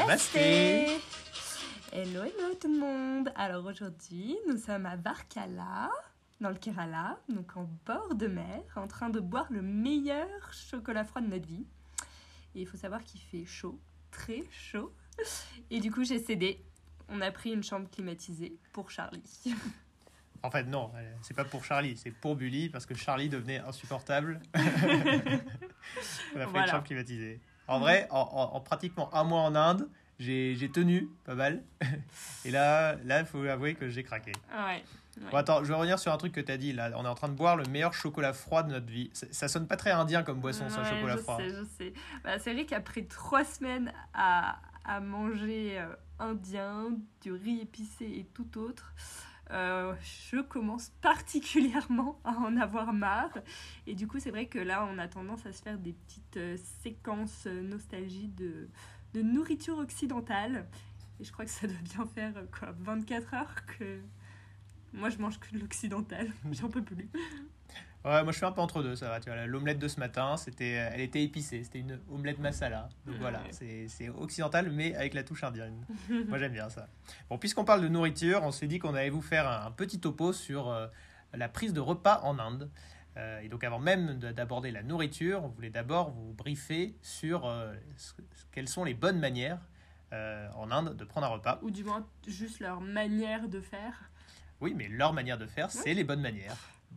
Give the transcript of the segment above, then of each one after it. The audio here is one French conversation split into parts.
Namasté. Hello, hello tout le monde. Alors aujourd'hui, nous sommes à Varkala, dans le Kerala, donc en bord de mer, en train de boire le meilleur chocolat froid de notre vie. Et il faut savoir qu'il fait chaud, très chaud. Et du coup, j'ai cédé. On a pris une chambre climatisée pour Charlie. En fait, non, c'est pas pour Charlie, c'est pour Bully, parce que Charlie devenait insupportable. On a fait une chambre climatisée. En vrai, en pratiquement un mois en Inde, j'ai tenu pas mal. Et là, il faut avouer que j'ai craqué. Ouais. Bon, attends, je vais revenir sur un truc que tu as dit. Là, on est en train de boire le meilleur chocolat froid de notre vie. Ça sonne pas très indien comme boisson, ça, chocolat froid. Je sais. Bah, c'est vrai qu'après 3 semaines à manger indien, du riz épicé et tout autre, je commence particulièrement à en avoir marre. Et du coup, c'est vrai que là, on a tendance à se faire des petites séquences nostalgie de nourriture occidentale. Et je crois que ça doit bien faire 24 heures que moi, je mange que de l'occidental. J'en peux plus. Ouais, moi je suis un peu entre deux, ça va. Tu vois, l'omelette de ce matin, elle était épicée, c'était une omelette masala. Donc voilà, c'est occidental mais avec la touche indienne. Moi j'aime bien ça. Bon, puisqu'on parle de nourriture, on s'est dit qu'on allait vous faire un petit topo sur la prise de repas en Inde. Et donc avant même d'aborder la nourriture, on voulait d'abord vous briefer sur quelles sont les bonnes manières en Inde de prendre un repas. Ou du moins juste leur manière de faire. Oui, mais leur manière de faire, c'est les bonnes manières.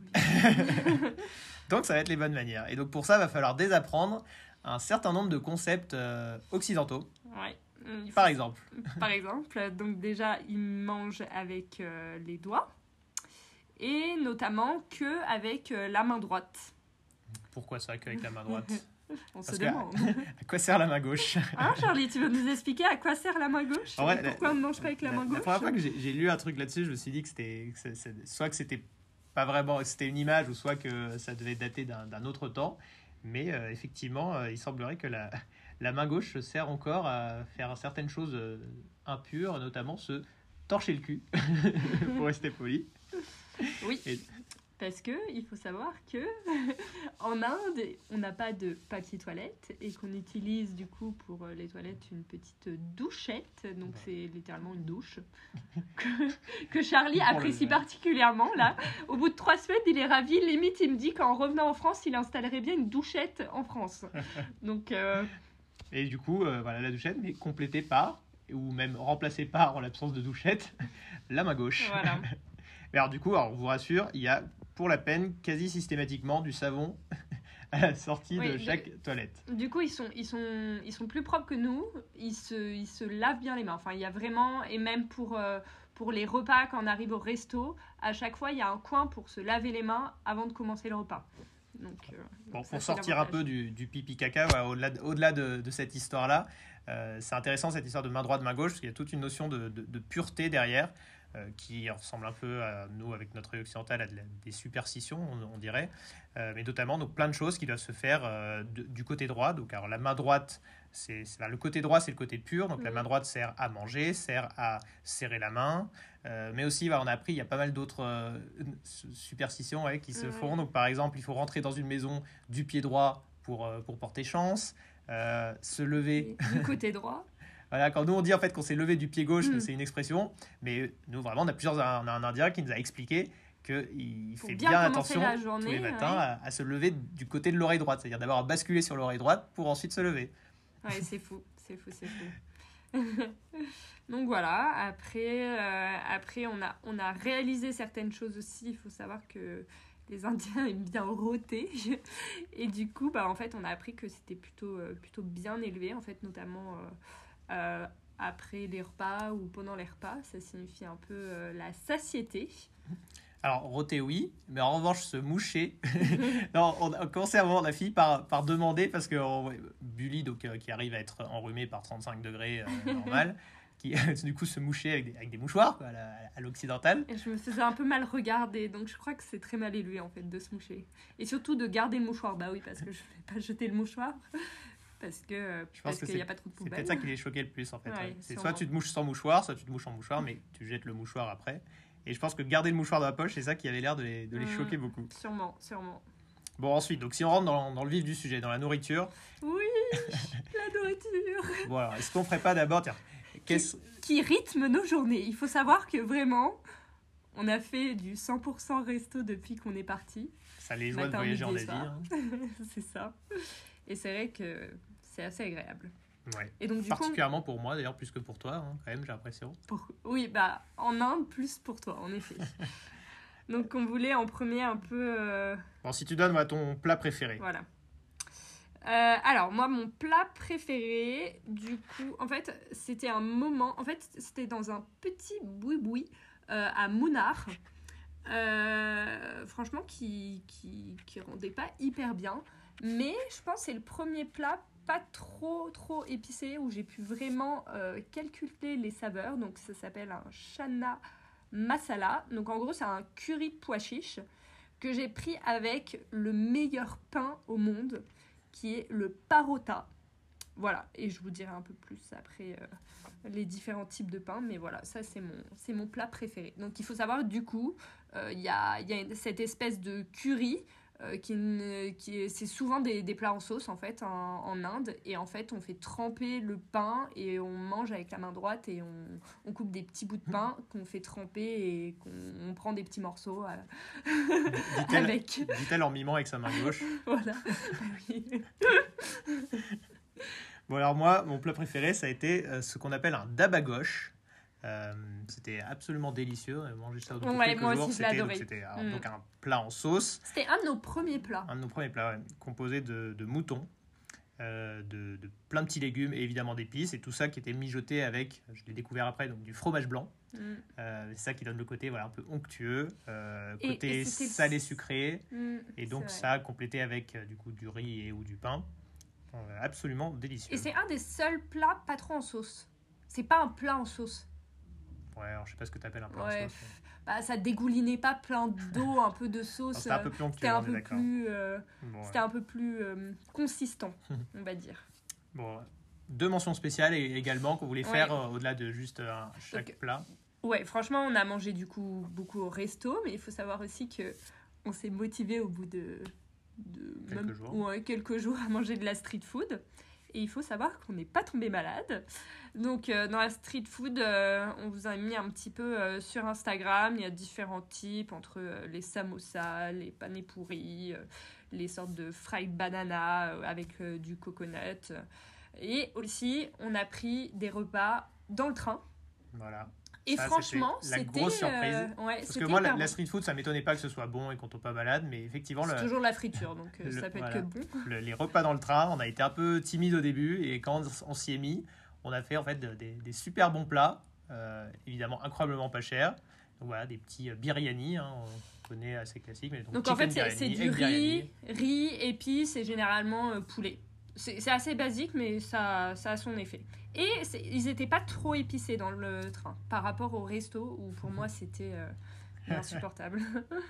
Donc ça va être les bonnes manières. Et donc pour ça, il va falloir désapprendre un certain nombre de concepts occidentaux. Ouais. Par exemple, donc déjà, ils mangent avec les doigts et notamment que avec la main droite. Pourquoi ça, qu'avec la main droite? On se demande. À quoi sert la main gauche? Hein, Charlie, tu veux nous expliquer à quoi sert la main gauche? Pourquoi on ne mange pas avec la main gauche? La première fois que j'ai lu un truc là-dessus, je me suis dit que soit que c'était pas vraiment, que c'était une image, ou soit que ça devait dater d'un autre temps. Mais effectivement, il semblerait que la main gauche sert encore à faire certaines choses impures, notamment se torcher le cul, pour rester poli. Oui. Parce que il faut savoir que en Inde, on n'a pas de papier toilette et qu'on utilise du coup pour les toilettes une petite douchette. Donc c'est littéralement une douche que Charlie apprécie particulièrement. Là, au bout de 3 semaines, il est ravi. Limite, il me dit qu'en revenant en France, il installerait bien une douchette en France. Donc et du coup, voilà la douchette, mais complétée par, ou même remplacée par, en l'absence de douchette, la main gauche. Voilà. Mais alors du coup, on vous rassure, il y a pour la peine quasi systématiquement du savon à la sortie de chaque toilette. Du coup, ils sont plus propres que nous. Ils se lavent bien les mains. Enfin, il y a vraiment, et même pour les repas, quand on arrive au resto, à chaque fois, il y a un coin pour se laver les mains avant de commencer le repas. Donc, pour sortir un peu du pipi caca, voilà, au-delà de cette histoire-là, c'est intéressant cette histoire de main droite, main gauche, parce qu'il y a toute une notion de pureté derrière. Qui ressemble un peu à nous, avec notre œil occidental, à des superstitions, on dirait, mais notamment donc, plein de choses qui doivent se faire du côté droit. Donc, alors, la main droite, le côté droit, c'est le côté pur, donc la main droite sert à manger, sert à serrer la main, mais aussi, on a appris, il y a pas mal d'autres superstitions qui se font. Donc, par exemple, il faut rentrer dans une maison du pied droit pour porter chance, se lever... Du côté droit. Voilà, quand nous on dit en fait qu'on s'est levé du pied gauche, c'est une expression, mais nous vraiment on a un Indien qui nous a expliqué qu'il fait bien attention tous les matins à se lever du côté de l'oreille droite, c'est-à-dire d'abord à basculer sur l'oreille droite pour ensuite se lever. Ouais, c'est fou. Donc voilà, après on a réalisé certaines choses aussi. Il faut savoir que les Indiens aiment bien rôter et du coup en fait on a appris que c'était plutôt bien élevé, en fait, notamment après les repas ou pendant les repas. Ça signifie un peu la satiété. Alors, rôter, oui, mais en revanche, se moucher... non, on a commencé à la fille par demander, parce que Bully, qui arrive à être enrhumé par 35 degrés normal, qui du coup se mouchait avec des mouchoirs à l'occidental. Et je me faisais un peu mal regarder, donc je crois que c'est très mal élevé en fait de se moucher. Et surtout de garder le mouchoir. Bah oui, parce que je ne vais pas jeter le mouchoir. Parce qu'il n'y a pas trop de poubelle. C'est peut-être ça qui les choquait le plus en fait. Ouais, c'est soit tu te mouches sans mouchoir, soit tu te mouches en mouchoir, mais tu jettes le mouchoir après. Et je pense que garder le mouchoir dans la poche, c'est ça qui avait l'air de les choquer beaucoup. Sûrement. Bon, ensuite, donc si on rentre dans le vif du sujet, dans la nourriture, Oui, la nourriture. bon, alors, est-ce qu'on ferait pas d'abord, tiens, Qui rythme nos journées. Il faut savoir que vraiment, on a fait du 100% resto depuis qu'on est parti. ça les joie de Matin, voyager en midi et Asie. soir. Hein. C'est ça. Et c'est vrai que c'est assez agréable. Ouais. Et donc, du Particulièrement pour moi, d'ailleurs, plus que pour toi, hein, quand même, j'ai l'impression. Oui, bah, en Inde, plus pour toi, en effet. Donc, on voulait en premier un peu... Bon, si tu donnes moi, ton plat préféré. Voilà. Alors, moi, mon plat préféré, du coup, en fait, c'était un moment... En fait, c'était dans un petit boui-boui à Munnar. Franchement, qui rendait pas hyper bien. Mais je pense que c'est le premier plat pas trop épicé où j'ai pu vraiment calculer les saveurs. Donc, ça s'appelle un chana masala. Donc, en gros, c'est un curry de pois chiches que j'ai pris avec le meilleur pain au monde, qui est le parota. Voilà, et je vous dirai un peu plus après les différents types de pain, mais voilà, ça c'est mon plat préféré. Donc il faut savoir, du coup, il y a cette espèce de curry c'est souvent des plats en sauce en fait en Inde, et en fait on fait tremper le pain et on mange avec la main droite et on coupe des petits bouts de pain qu'on fait tremper et qu'on prend des petits morceaux avec. Dit-elle en mimant avec sa main gauche. Voilà. Oui. Bon, alors moi, mon plat préféré, ça a été ce qu'on appelle un dabagosh. C'était absolument délicieux. Manger ça depuis quelques moi jours. aussi, je l'ai adoré. C'était donc un plat en sauce. C'était un de nos premiers plats. Un de nos premiers plats, ouais, composé de mouton, de plein de petits légumes et évidemment d'épices. Et tout ça qui était mijoté avec, je l'ai découvert après, donc du fromage blanc. C'est ça qui donne le côté voilà, un peu onctueux, côté salé-sucré. Et donc ça complété avec du coup du riz ou du pain. Absolument délicieux. Et c'est un des seuls plats pas trop en sauce. C'est pas un plat en sauce. Ouais, alors je sais pas ce que tu appelles un plat en sauce. Bah, ça dégoulinait pas plein d'eau, un peu de sauce. C'était un peu plus onctueux, c'était un peu plus consistant, on va dire. Bon, 2 mentions spéciales également qu'on voulait faire au-delà de juste chaque plat. Ouais, franchement, on a mangé du coup beaucoup au resto, mais il faut savoir aussi que on s'est motivé au bout de quelques jours à manger de la street food. Et il faut savoir qu'on n'est pas tombé malade. Donc, dans la street food, on vous a mis un petit peu sur Instagram. Il y a différents types, entre les samosas, les panipuri, les sortes de fried banana avec du coconut. Et aussi, on a pris des repas dans le train. Voilà. Et ça, franchement, c'était la grosse surprise. Parce que moi, la street food, ça m'étonnait pas que ce soit bon et qu'on tombe pas malade, mais effectivement... C'est toujours la friture, donc ça peut être que bon. Les repas dans le train, on a été un peu timide au début, et quand on s'y est mis, on a fait en fait des super bons plats, évidemment incroyablement pas chers. Donc voilà, des petits biryani, on connaît assez classique. Mais donc en fait, c'est du riz, épices et généralement poulet. C'est assez basique, mais ça a son effet. Et ils n'étaient pas trop épicés dans le train, par rapport au resto, où pour moi, c'était insupportable.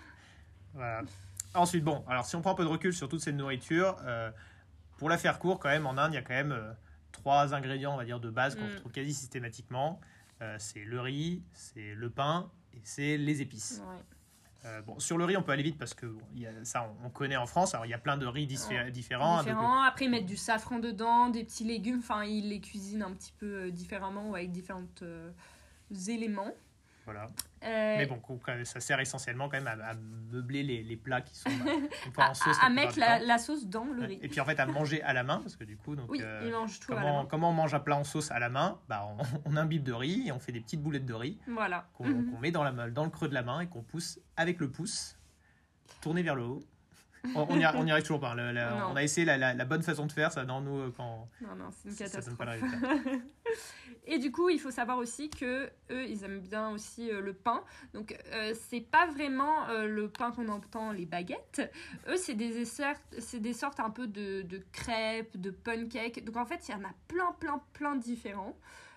Voilà. Ensuite, bon, alors si on prend un peu de recul sur toute cette nourriture, pour la faire court, quand même, en Inde, il y a quand même 3 ingrédients, on va dire, de base qu'on retrouve quasi systématiquement. C'est le riz, c'est le pain et c'est les épices. Ouais. Bon, sur le riz, on peut aller vite parce que ça, on connaît en France. Alors, il y a plein de riz différents. Après, ils mettent du safran dedans, des petits légumes. Enfin, ils les cuisinent un petit peu différemment ou avec différents éléments. Voilà. Mais bon, ça sert essentiellement quand même à meubler les plats qui sont en sauce. À mettre la sauce dans le riz. Et puis en fait, à manger à la main, parce que du coup, donc, ils mangent tout à la main. Comment on mange un plat en sauce à la main, on imbibe de riz et on fait des petites boulettes de riz qu'on met dans le creux de la main et qu'on pousse avec le pouce, tourné vers le haut. On n'y arrive toujours pas. On a essayé la bonne façon de faire, ça, nous, quand... Non, c'est une catastrophe. Ça donne pas le résultat. Et du coup, il faut savoir aussi que eux, ils aiment bien aussi le pain. Donc, c'est pas vraiment le pain qu'on entend, les baguettes. Eux, c'est des sortes un peu de crêpes, de pancakes. Donc, en fait, il y en a plein différents.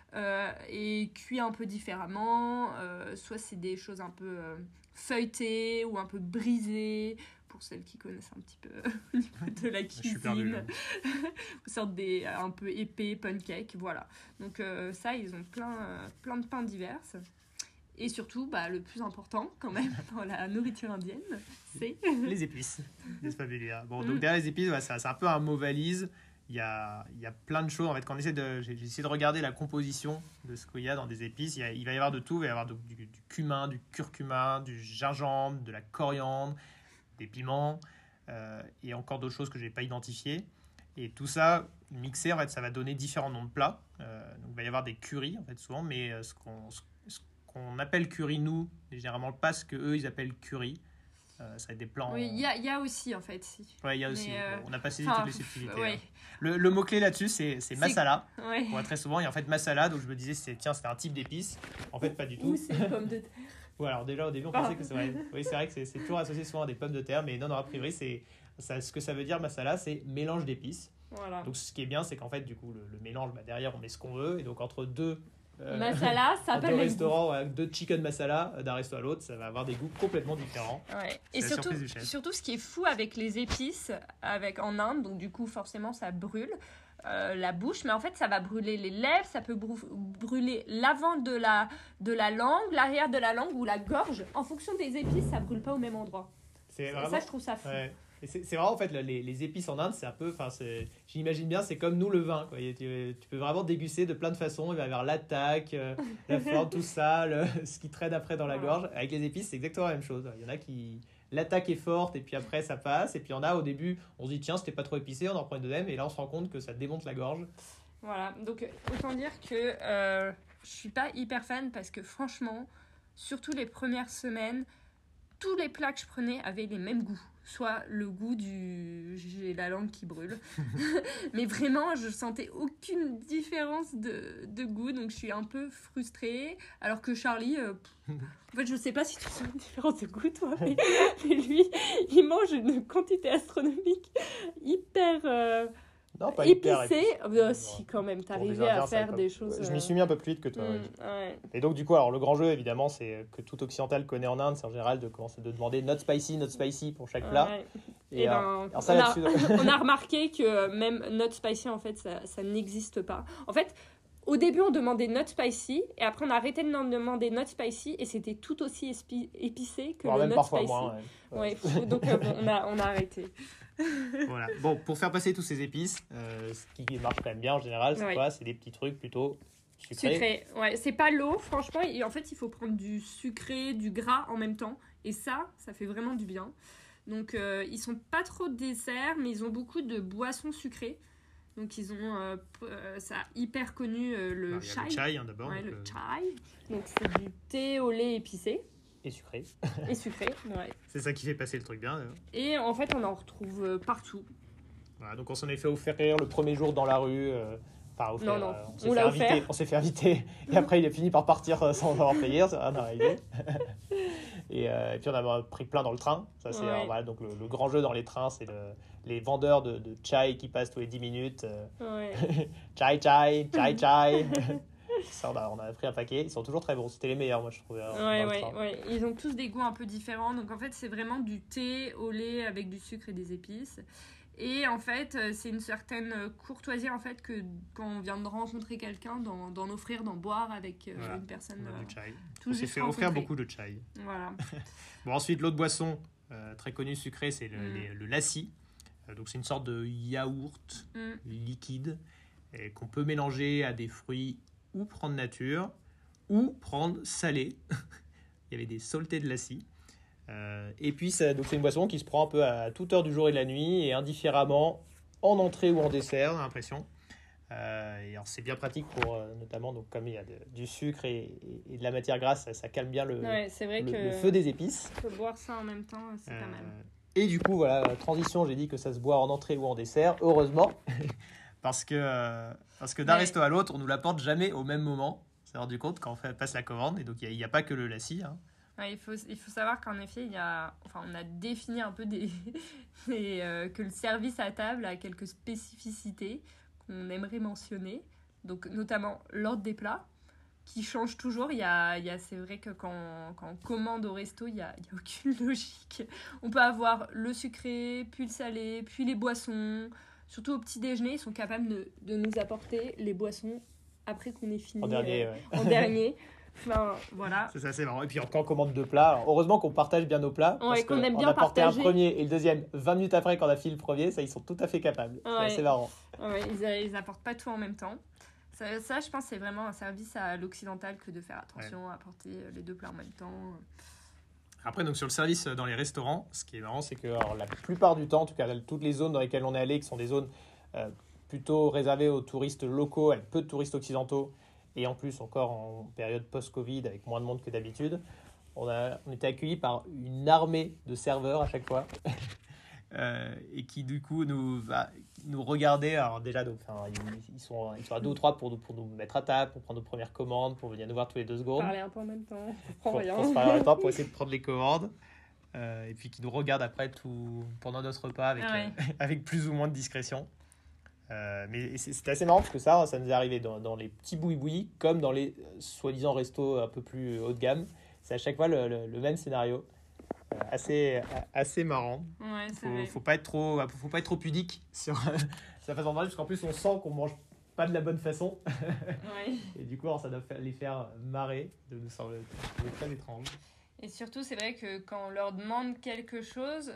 Et cuits un peu différemment. Soit c'est des choses un peu feuilletées ou un peu brisées. Pour celles qui connaissent un petit peu au niveau de la cuisine. Une sorte un peu épais, pancake, voilà. Donc ça, ils ont plein de pains diverses. Et surtout, le plus important quand même dans la nourriture indienne, c'est... les épices. N'est-ce pas, Bélia? Bon, donc derrière les épices, c'est un peu un mot valise. Il y a plein de choses. En fait, quand j'ai essayé de regarder la composition de ce qu'il y a dans des épices, il va y avoir de tout. Il va y avoir du cumin, du curcuma, du gingembre, de la coriandre, des piments et encore d'autres choses que je n'ai pas identifiées. Et tout ça, mixé, en fait, ça va donner différents noms de plats. Donc, il va y avoir des currys, en fait, souvent, mais ce qu'on appelle curry, nous, et généralement pas ce qu'eux, ils appellent curry. Ça va être des plats Oui, il y a aussi, en fait. Si. Oui, il y a aussi. Bon, on n'a pas saisi toutes les subtilités. Ouais. Le mot-clé là-dessus, c'est masala. Ouais. On voit très souvent. Et en fait, masala, donc je me disais, c'est un type d'épice. En fait, pas du tout. Ou c'est pommes de terre. Ouais, alors déjà, au début, on pensait que c'est vrai. Oui, c'est vrai que c'est toujours associé souvent à des pommes de terre. Mais non, a priori, ce que ça veut dire, masala, c'est mélange d'épices. Voilà. Donc, ce qui est bien, c'est qu'en fait, du coup, le mélange, derrière, on met ce qu'on veut. Et donc, entre deux... masala, ça s'appelle deux restaurants, deux chicken masala d'un resto à l'autre, ça va avoir des goûts complètement différents. Ouais. Et surtout, ce qui est fou avec les épices en Inde, donc du coup, forcément, ça brûle la bouche, mais en fait, ça va brûler les lèvres, ça peut brûler l'avant de la langue, l'arrière de la langue ou la gorge. En fonction des épices, ça brûle pas au même endroit. Ça, je trouve ça fou. Ouais. Et c'est vraiment, en fait, les épices en Inde, c'est un peu, j'imagine bien, c'est comme nous le vin, quoi. Tu peux vraiment déguster de plein de façons. Il va y avoir l'attaque, la forme, tout ça, ce qui traîne après dans la gorge. Avec les épices, c'est exactement la même chose. Il y en a qui... L'attaque est forte et puis après ça passe. Et puis il y en a au début, on se dit tiens, c'était pas trop épicé, on en prend une deuxième. Et là, on se rend compte que ça démonte la gorge. Voilà, donc autant dire que je suis pas hyper fan parce que franchement, surtout les premières semaines, tous les plats que je prenais avaient les mêmes goûts. Soit le goût j'ai la langue qui brûle. Mais vraiment, je sentais aucune différence de goût. Donc, je suis un peu frustrée. Alors que Charlie, en fait, je sais pas si tu sens une différence de goût, toi. Mais lui, il mange une quantité astronomique hyper... Non, pas épicé. Si, quand même, t'arrivais à faire des choses... Je m'y suis mis un peu plus vite que toi. Ouais. Et donc, du coup, alors, le grand jeu, évidemment, c'est que tout occidental connaît en Inde, c'est en général de demander not spicy pour chaque plat. Ouais. Et alors ça, on a remarqué que même not spicy, en fait, ça n'existe pas. En fait, au début, on demandait not spicy, et après, on a arrêté de demander not spicy, et c'était tout aussi épicé que le même not parfois spicy. Moins, ouais. Donc, on a arrêté. Voilà. Bon, pour faire passer tous ces épices, ce qui marche quand même bien en général, c'est quoi? C'est des petits trucs plutôt sucrés. Ouais. C'est pas l'eau, franchement. Et en fait, il faut prendre du sucré, du gras en même temps. Et ça fait vraiment du bien. Donc, ils sont pas trop de desserts, mais ils ont beaucoup de boissons sucrées. Donc, ils ont ça hyper connu, le chai. Le chai, d'abord. Ouais, le chai. Donc, c'est du thé au lait épicé. Et sucré. Ouais. C'est ça qui fait passer le truc bien. Et en fait, on en retrouve partout. Voilà, donc on s'en est fait offrir le premier jour dans la rue. Non. On s'est fait inviter. Et après, il a fini par partir sans avoir payé. Ça va arriver. Et puis, on a pris plein dans le train. Ça, c'est voilà, donc le grand jeu dans les trains, c'est les vendeurs de chai qui passent tous les 10 minutes. Chai. Ça, on a pris un paquet. Ils sont toujours très bons. C'était les meilleurs, moi, je trouvais. Ouais. Ils ont tous des goûts un peu différents. Donc, en fait, c'est vraiment du thé au lait avec du sucre et des épices. Et en fait, c'est une certaine courtoisie, en fait, que quand on vient de rencontrer quelqu'un, d'en offrir, d'en boire avec une personne. Du chai. On s'est fait offrir beaucoup de chai. Voilà. Bon, ensuite, l'autre boisson très connue sucrée, c'est le lassi. Donc, c'est une sorte de yaourt liquide qu'on peut mélanger à des fruits ou prendre nature, ou prendre salé. Il y avait des saltés de lassi. Et puis, donc c'est une boisson qui se prend un peu à toute heure du jour et de la nuit, et indifféremment, en entrée ou en dessert, j'ai l'impression. Et alors, c'est bien pratique pour, notamment, donc, comme il y a du sucre et de la matière grasse, ça calme bien le feu des épices. On peut boire ça en même temps, c'est pas mal. Et du coup, voilà, transition, j'ai dit que ça se boit en entrée ou en dessert, heureusement. Parce que d'un resto à l'autre, on nous l'apporte jamais au même moment. On s'est rendu compte quand on passe la commande. Et donc, il n'y a pas que le lassi. Hein. Ouais, il faut savoir qu'en effet, on a défini un peu que le service à table a quelques spécificités qu'on aimerait mentionner. Donc, notamment l'ordre des plats, qui change toujours. C'est vrai que quand on commande au resto, il n'y a aucune logique. On peut avoir le sucré, puis le salé, puis les boissons. Surtout au petit déjeuner, ils sont capables de nous apporter les boissons après qu'on ait fini en dernier. En dernier. Enfin, voilà. C'est assez marrant. Et puis quand on commande 2 plats, alors, heureusement qu'on partage bien nos plats. Ouais, parce qu'on aime on bien a porté partager. un premier et le deuxième 20 minutes après qu'on a fini le premier, ça ils sont tout à fait capables. C'est Ouais. assez marrant. Ouais, ils apportent pas tout en même temps. Ça, je pense, c'est vraiment un service à l'occidental que de faire attention à apporter les 2 plats en même temps. Après, donc sur le service dans les restaurants, ce qui est marrant, c'est que alors, la plupart du temps, en tout cas toutes les zones dans lesquelles on est allé, qui sont des zones plutôt réservées aux touristes locaux, avec peu de touristes occidentaux, et en plus encore en période post-Covid, avec moins de monde que d'habitude, on était accueillis par une armée de serveurs à chaque fois. Et qui du coup nous regardaient. Alors déjà donc, ils sont à 2 ou 3 pour nous mettre à table, pour prendre nos premières commandes, pour venir nous voir tous les 2 secondes, Parler un peu en même temps, pour se parler en même temps, pour essayer de prendre les commandes, et puis qui nous regardent après tout pendant notre repas avec plus ou moins de discrétion. Mais c'était assez marrant parce que ça nous est arrivé dans les petits boui-boui comme dans les soi-disant restos un peu plus haut de gamme. C'est à chaque fois le même scénario. Assez marrant. Ouais, faut pas être trop pudique sur sa façon de manger, parce qu'en plus on sent qu'on mange pas de la bonne façon. Ouais. Et du coup alors, ça doit les faire marrer, de nous sembler très étrange. Et surtout, c'est vrai que quand on leur demande quelque chose,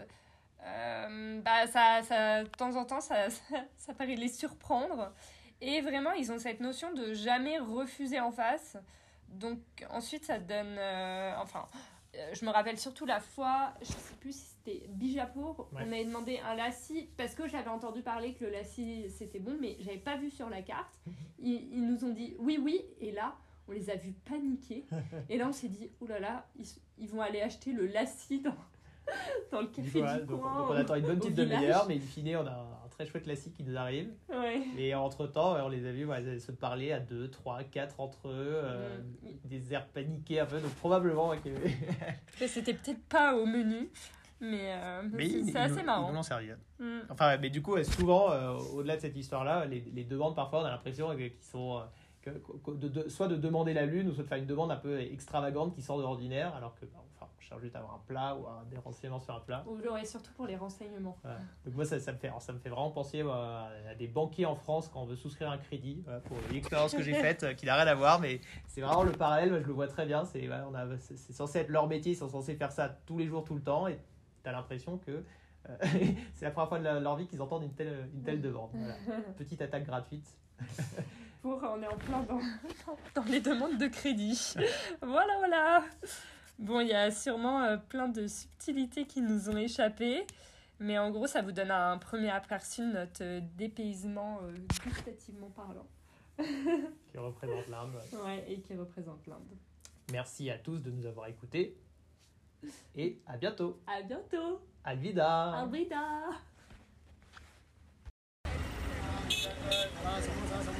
ça, de temps en temps, ça paraît les surprendre. Et vraiment, ils ont cette notion de jamais refuser en face. Donc ensuite, ça donne... je me rappelle surtout la fois, je sais plus si c'était Bijapur, on avait demandé un lassi, parce que j'avais entendu parler que le lassi c'était bon, mais j'avais pas vu sur la carte. Ils nous ont dit oui, et là, on les a vus paniquer. Et là, on s'est dit, oulala, ils vont aller acheter le lassi dans le café du donc coin. on attend une bonne petite village. demi-heure, mais in fine, on a un très chouette lassi qui nous arrive. Ouais. Et entre-temps, on les a vus se parler à 2, 3, 4 entre eux, des airs paniqués un peu, donc probablement... C'était peut-être pas au menu, mais c'est assez marrant. Ils nous l'ont servi. Enfin, mais du coup, souvent, au-delà de cette histoire-là, les demandes, parfois, on a l'impression qu'ils sont... soit de demander la lune, ou soit de faire une demande un peu extravagante qui sort de l'ordinaire, alors que on cherche juste à avoir un plat ou des renseignements sur un plat. Ouais, surtout pour les renseignements. Voilà. Donc moi, ça me fait vraiment penser à des banquiers en France quand on veut souscrire un crédit, pour l'expérience que j'ai faite, qui n'a rien à voir, mais c'est vraiment le parallèle, moi, je le vois très bien. C'est censé être leur métier, ils sont censés faire ça tous les jours, tout le temps, et tu as l'impression que c'est la première fois de leur vie qu'ils entendent une telle demande. Voilà. Petite attaque gratuite. On est en plein dans les demandes de crédit. Voilà. Bon, il y a sûrement plein de subtilités qui nous ont échappé, mais en gros, ça vous donne un premier aperçu de notre dépaysement gustativement parlant. Qui représente l'Inde. Ouais, et qui représente l'Inde. Merci à tous de nous avoir écoutés, et à bientôt. À bientôt. Alvida. Alvida.